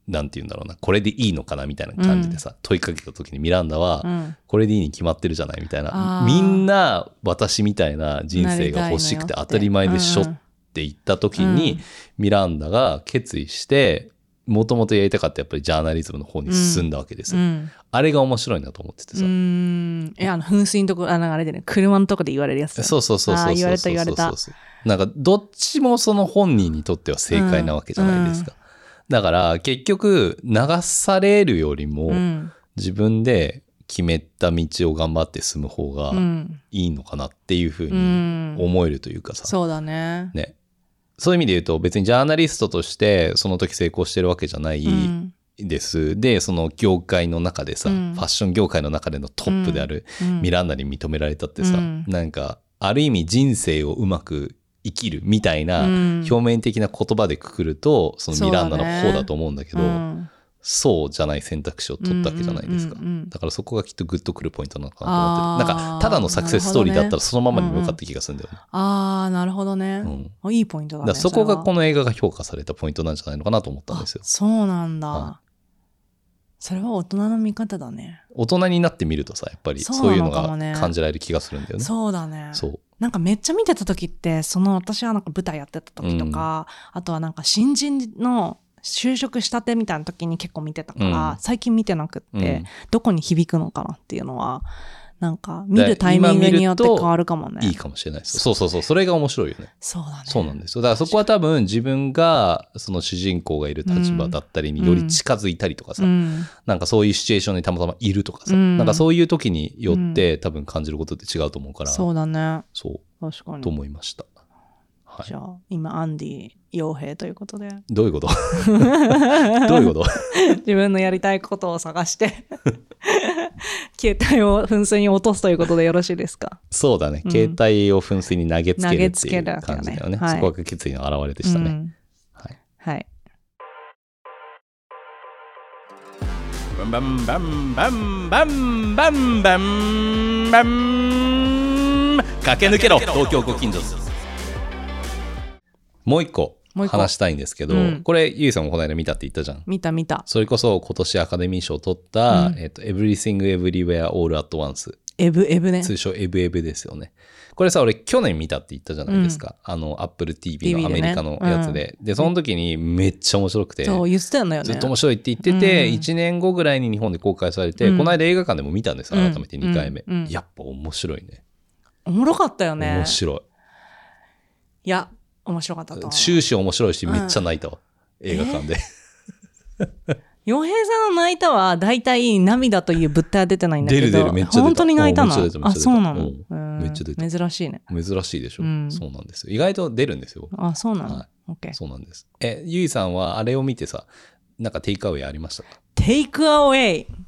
なんて言うんだろうな、これでいいのかなみたいな感じでさ、問いかけた時にミランダは、これでいいに決まってるじゃないみたいな、みんな私みたいな人生が欲しくて当たり前でしょって言った時に、ミランダが決意して、もともとやりたかったやっぱりジャーナリズムの方に進んだわけですよ。あれが面白いなと思っててさ。 噴水のとこ、あれでね、車のとこで言われるやつ。 そう。 言われた言われた。 なんかどっちもその本人にとっては正解なわけじゃないですか。だから結局流されるよりも自分で決めた道を頑張って進む方がいいのかなっていうふうに思えるというかさ。 そうだね。 ね。そういう意味で言うと別にジャーナリストとしてその時成功してるわけじゃないです。で、その業界の中でさ、ファッション業界の中でのトップであるミランダに認められたってさ、なんかある意味人生をうまく生きるみたいな表面的な言葉でくくるとそのミランダの方だと思うんだけど、そうじゃない選択肢を取ったわけじゃないですか。だからそこがきっとグッとくるポイントなのかなと思ってる。なんかただのサクセスストーリーだったらそのままにもよかった気がするんだよね。 なるほどね。いいポイントだね。 だからそこがこの映画が評価されたポイントなんじゃないのかなと思ったんですよ。 そうなんだ。それは大人の見方だね。 大人になってみるとさ、やっぱりそういうのが感じられる気がするんだよね。 そうだね。 そう。 なんかめっちゃ見てた時って、私はなんか舞台やってた時とか、あとはなんか新人の就職したてみたいな時に結構見てたから、最近見てなくって、どこに響くのかなっていうのは、なんか見るタイミングによって変わるかもね。 いいかもしれないです。そう。それが面白いよね。 そうだね。 そうなんですよ。だからそこは多分自分がその主人公がいる立場だったりにより近づいたりとかさ、なんかそういうシチュエーションにたまたまいるとかさ、なんかそういう時によって多分感じることって違うと思うから。 そうだね。 そう。 確かに。 と思いました。はい、 じゃあ今アンディ傭兵ということで。 どういうことどういうこと自分のやりたいことを探して携帯を噴水に落とすということでよろしいですか？ そうだね、携帯を噴水に投げつけるっていう感じだよね。そこが決意の表れでしたね。はい。バンバンバンバンバンバンバンバン駆け抜けろ東京ご近所。もう一個話したいんですけど、これゆいさんもこの間見たって言ったじゃん。 見た。 それこそ今年アカデミー賞を取った、Everything Everywhere All at Once。エブね。通称エブエブですよね。これさ、俺去年見たって言ったじゃないですか。Apple TV のアメリカのやつで。で、その時にめっちゃ面白くて。 そう、言ってたんだよね。 ずっと面白いって言ってて、1年後ぐらいに日本で公開されて、この間映画館でも見たんです。改めて2回目。やっぱ面白いね。 おもろかったよね。 面白い。 いや、面白かったと。 終始面白いし、めっちゃ泣いたわ。映画館で。 洋平さんの泣いたは大体涙という物体は出てないんだけど、 出るめっちゃ出た。 本当に泣いたの？あ、そうなの。 めっちゃ出た。 珍しいね。 珍しいでしょ。そうなんですよ。意外と出るんですよ。 あ、そうなの。オッケー。 そうなんです。ゆいさんはあれを見てさ、なんかテイクアウェイありましたか？ テイクアウェイ。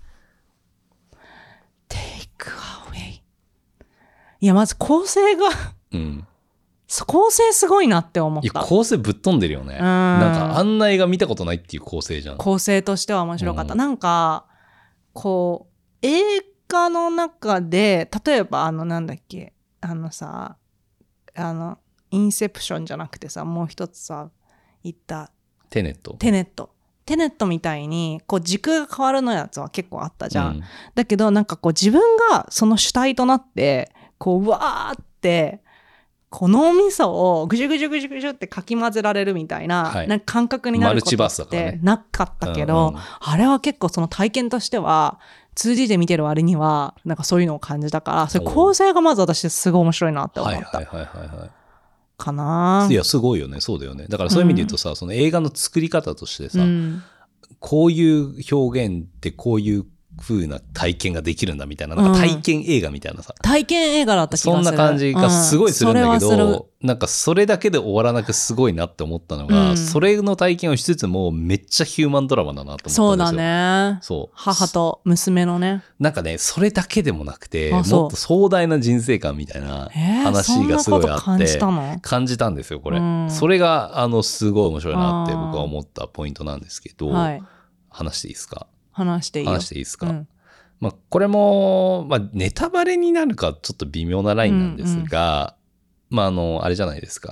いや、まず構成が構成すごいなって思った。 いや、構成ぶっ飛んでるよね。なんかあんな映画見たことないっていう構成じゃん。 構成としては面白かった。なんかこう映画の中で例えばなんだっけさインセプションじゃなくてさ、もう一つさ言ったテネットみたいにこう軸が変わるのやつは結構あったじゃん。だけどなんかこう自分がその主体となってこうわーってこう脳みそをぐじゅぐじゅぐじゅぐじゅってかき混ぜられるみたいな、なんか感覚になることってなかったけど、あれは結構その体験としては 2D で見てる割にはなんかそういうのを感じたから、それ構成がまず私すごい面白いなって思った。かな。 いやすごいよね。そうだよね。だからそういう意味で言うとさ、その映画の作り方としてさ、こういう表現ってこういう風な体験ができるんだみたいな、なんか体験映画みたいなさ、 体験映画だった気がする。 そんな感じがすごいするんだけど、なんかそれだけで終わらなくすごいなって思ったのが、それの体験をしつつもめっちゃヒューマンドラマだなと思ったんですよ。 そうだね。 そう。 母と娘のね。 なんかね、それだけでもなくて、もっと壮大な人生観みたいな話がすごいあって、感じたんですよ、これ。それがすごい面白いなって僕は思ったポイントなんですけど、話していいですか？話していいですか？まあ、これも、まあ、ネタバレになるかちょっと微妙なラインなんですが、まあ、あれじゃないですか。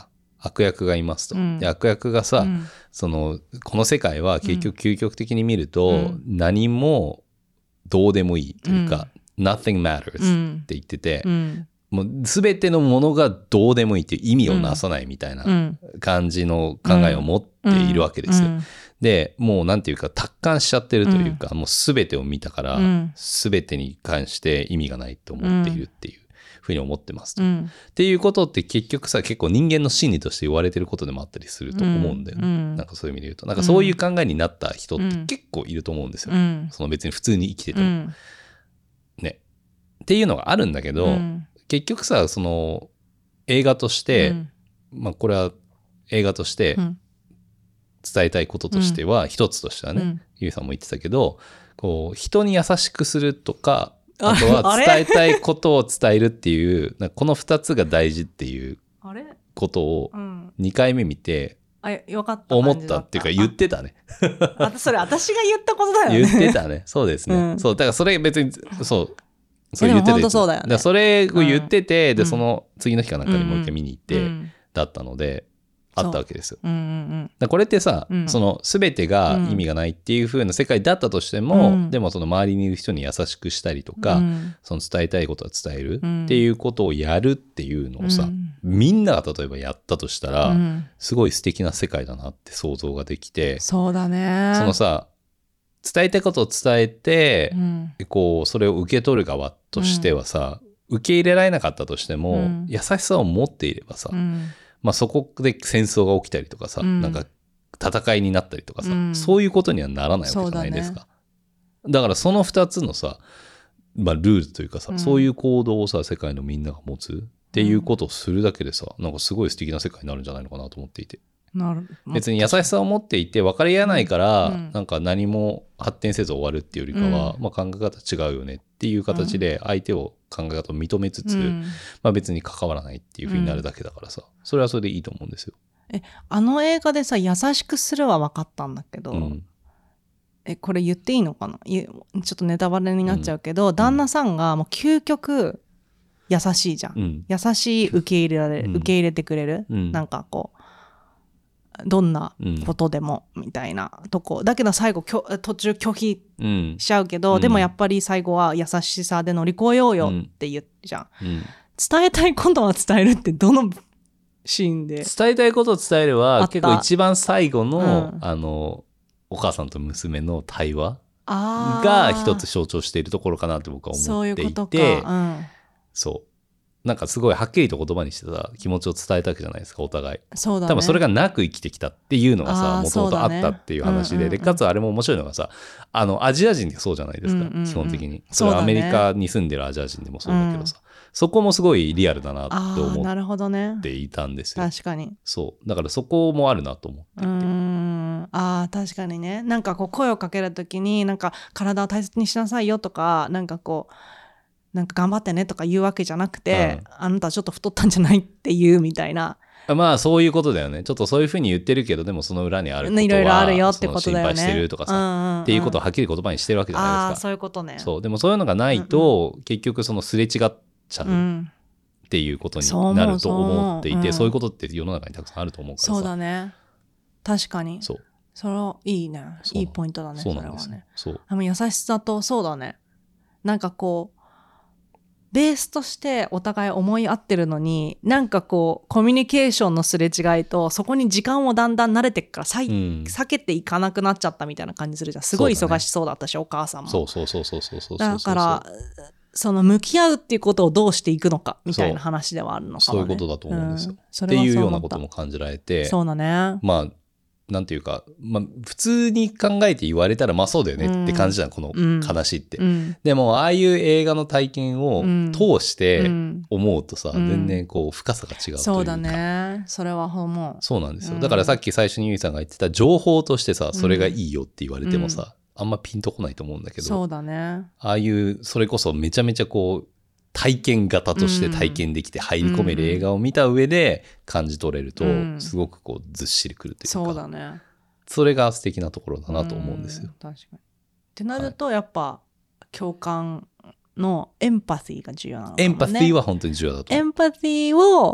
悪役がいますと、で悪役がさ、この世界は結局究極的に見ると、何もどうでもいいというか、nothing matters って言ってて、もう全てのものがどうでもいいっていう意味をなさないみたいな感じの考えを持っているわけですよ。でもうなんていうか達観しちゃってるというか、もう全てを見たから、全てに関して意味がないと思っているっていうふうに思ってますと、っていうことって結局さ、結構人間の心理として言われてることでもあったりすると思うんだよね、なんかそういう意味で言うと、なんかそういう考えになった人って結構いると思うんですよ、その別に普通に生きてても、ねっていうのがあるんだけど、結局さ、その映画として、まあこれは映画として伝えたいこととしては、一つとしてはね、ゆうさんも言ってたけど、こう人に優しくするとか、あとは伝えたいことを伝えるっていうこの2つが大事っていうことを2回目見て思ったっていうか、言ってたね。 それ私が言ったことだよね。 言ってたね。そうですね、そうだからそれ別にそう言ってて、 本当そうだよね。 それを言ってて、でその次の日かなんかにもう一回見に行って、だったのであったわけですよ。だこれってさ、その全てが意味がないっていう風な世界だったとしても、でもその周りにいる人に優しくしたりとか、その伝えたいことは伝えるっていうことをやるっていうのをさ、みんなが例えばやったとしたら、すごい素敵な世界だなって想像ができて、 そうだね。 そのさ、伝えたいことを伝えて、こうそれを受け取る側としてはさ、受け入れられなかったとしても、優しさを持っていればさ、まあ、そこで戦争が起きたりとかさ、なんか戦いになったりとかさ、そういうことにはならないわけじゃないですか。だからその2つのさ、まあ、ルールというかさ、そういう行動をさ、世界のみんなが持つっていうことをするだけでさ、なんかすごい素敵な世界になるんじゃないのかなと思っていて。別に優しさを持っていて分かり合えないから、なんか何も発展せず終わるっていうよりかは、まあ、考え方違うよねっていう形で相手を考え方を認めつつ、まあ、別に関わらないっていう風になるだけだからさ、それはそれでいいと思うんですよ。 あの映画でさ、優しくするは分かったんだけど、これ言っていいのかな、ちょっとネタバレになっちゃうけど、旦那さんがもう究極優しいじゃん、優しい受け入れてくれる、なんかこうどんなことでもみたいなとこだけど、最後途中拒否しちゃうけど、でもやっぱり最後は優しさで乗り越えようよって言うじゃん、伝えたいことは伝えるってどのシーンで伝えたいことを伝えるは結構一番最後の、お母さんと娘の対話が一つ象徴しているところかなって僕は思っていて、そういうことか、そうなんかすごいはっきりと言葉にしてた気持ちを伝えたわけじゃないですか、お互い。そうだね、多分それがなく生きてきたっていうのがさ、もともとあったっていう話で、でかつあれも面白いのがさ、アジア人ってそうじゃないですか、基本的に。それはアメリカに住んでるアジア人でもそうだけどさ、そこもすごいリアルだなって思っていたんですよ。 確かに。 そうだからそこもあるなと思っていて。 確かにね。なんかこう声をかけるときに、なんか体を大切にしなさいよとか、なんかこうなんか頑張ってねとか言うわけじゃなくて、あなたちょっと太ったんじゃないっていうみたいな。 まあそういうことだよね。ちょっとそういうふうに言ってるけど、でもその裏にあることは、 いろいろあるよってことだよね。 心配してるとかさ、っていうことをはっきり言葉にしてるわけじゃないですか。 そういうことね。 そうでもそういうのがないと、結局そのすれ違っちゃうっていうことになると思っていて、そういうことって世の中にたくさんあると思うからさ。 そうだね。確かに。それはいいね。いいポイントだね。それはね。でも優しさと、そうだね。なんかこうベースとしてお互い思い合ってるのに、なんかこうコミュニケーションのすれ違いと、そこに時間をだんだん慣れてくから避けていかなくなっちゃったみたいな感じするじゃん。すごい忙しそうだったし、お母さんも。そうだからその向き合うっていうことをどうしていくのかみたいな話ではあるのかもね。 そういうことだと思うんですよ、っていうようなことも感じられて。 そうだね。 まあなんていうか、まあ、普通に考えて言われたらまあそうだよねって感じじゃん、この話って、でもああいう映画の体験を通して思うとさ、全然こう深さが違うというか。 そうだね、それは思う。 そうなんですよ。だからさっき最初にゆいさんが言ってた情報としてさ、それがいいよって言われてもさ、あんまピンとこないと思うんだけど、 そうだね。 ああいうそれこそめちゃめちゃこう体験型として体験できて入り込める映画を見た上で感じ取れると、すごくこうずっしりくるというか、 そうだね。 それが素敵なところだなと思うんですよ。 確かに。ってなるとやっぱ共感のエンパシーが重要なのかもね。 エンパシーは本当に重要だと思う。 エンパシーを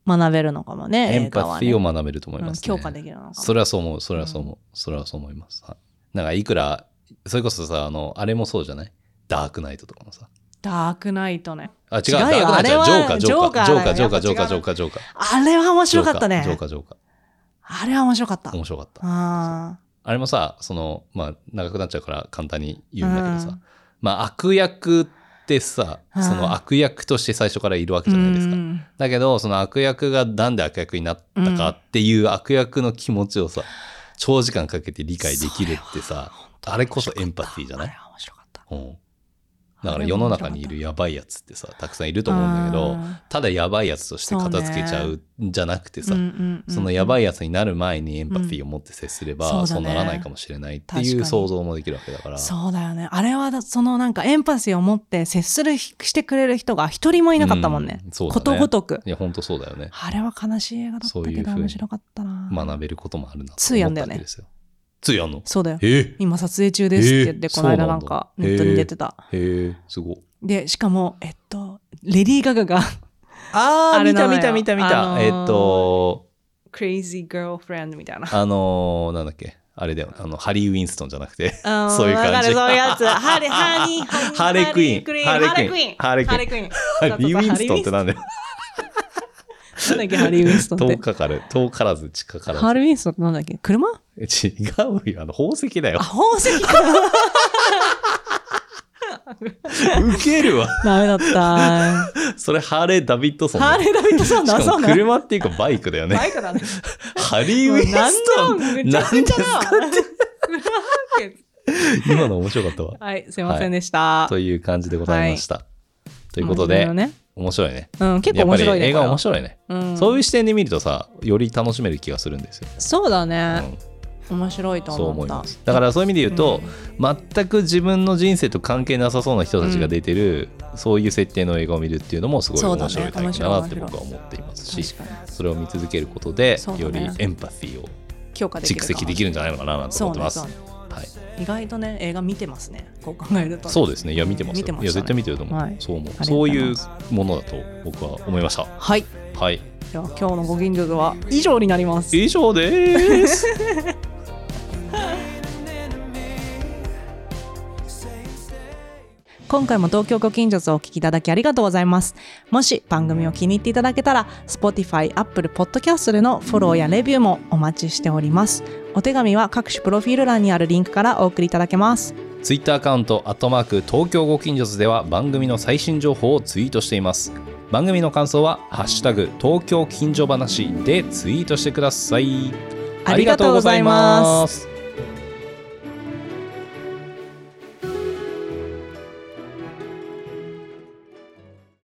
学べるのかもね。 エンパシーを学べると思いますね。 強化できるのかも。 それはそう思う。それはそう思います。なんかいくらそれこそさあれもそうじゃない？ダークナイトとかもさ。 ダークナイトね。 あ、違う、ダークナイトはジョーカー。 あれは面白かったね。 ジョーカー。 あれは面白かった。 あれもさ、まあ、長くなっちゃうから簡単に言うんだけどさ、まあ、悪役ってさ、その悪役として最初からいるわけじゃないですか。だけど、その悪役がなんで悪役になったかっていう悪役の気持ちをさ、長時間かけて理解できるってさ、あれこそエンパシーじゃない？あれは面白かった。だから世の中にいるやばいやつってさたくさんいると思うんだけど、ただやばいやつとして片付けちゃうんじゃなくてさ、そのやばいやつになる前にエンパシーを持って接すれば、そうならないかもしれないっていう想像もできるわけだから。 そうだよね。あれはなんかエンパシーを持って接してくれる人が一人もいなかったもんね。そうだね。ことごとく。 いや本当そうだよね。 あれは悲しい映画だったけど面白かったな。 学べることもあるなと思ったわけですよ。 2やんの？ そうだよ。今撮影中ですって言ってこの間なんかネットに出てた。 すごい。 でしかもレディー・ガガが見た Crazy Girlfriend みたいななんだっけあれだよ、ハリー・ウィンストンじゃなくてそういう感じ。 そういうやつ。ハーレクイーン。 ハリー・ウィンストンってなんだよ。 なんだっけハリー・ウィンストンって。 遠からず近からず。 ハリー・ウィンストンってなんだっけ車？ 違うよ、宝石だよ。 宝石か。 ウケるわ。 ダメだった。 それハーレー・ダビッドソン。 ハーレー・ダビッドソンだ。 しかも車っていうかバイクだよね。 バイクだね。 ハリー・ウィンストン。何ですかって今の面白かったわ。 はい、すいませんでした。 という感じでございました。ということで面白いね。 結構面白いね。 映画面白いね。そういう視点で見るとさ、より楽しめる気がするんですよ。 そうだね。面白いと思った。 だからそういう意味で言うと、全く自分の人生と関係なさそうな人たちが出てる、そういう設定の映画を見るっていうのもすごい面白い体験だなって僕は思っていますし、それを見続けることでよりエンパシーを蓄積できるんじゃないのかなと思ってます。 意外とね映画見てますね。こう考えると。 そうですね。いや見てます。いや絶対見てると思う。そう思う。そういうものだと僕は思いました。 はい。 はい。 では今日のご近所は以上になります。 以上です。 今回も東京ご近所をお聞きいただきありがとうございます。もし番組を気に入っていただけたら Spotify、Apple Podcast でのフォローやレビューもお待ちしております。お手紙は各種プロフィール欄にあるリンクからお送りいただけます。 Twitter アカウント@東京ご近所では番組の最新情報をツイートしています。番組の感想はハッシュタグ東京近所話でツイートしてください。 ありがとうございます。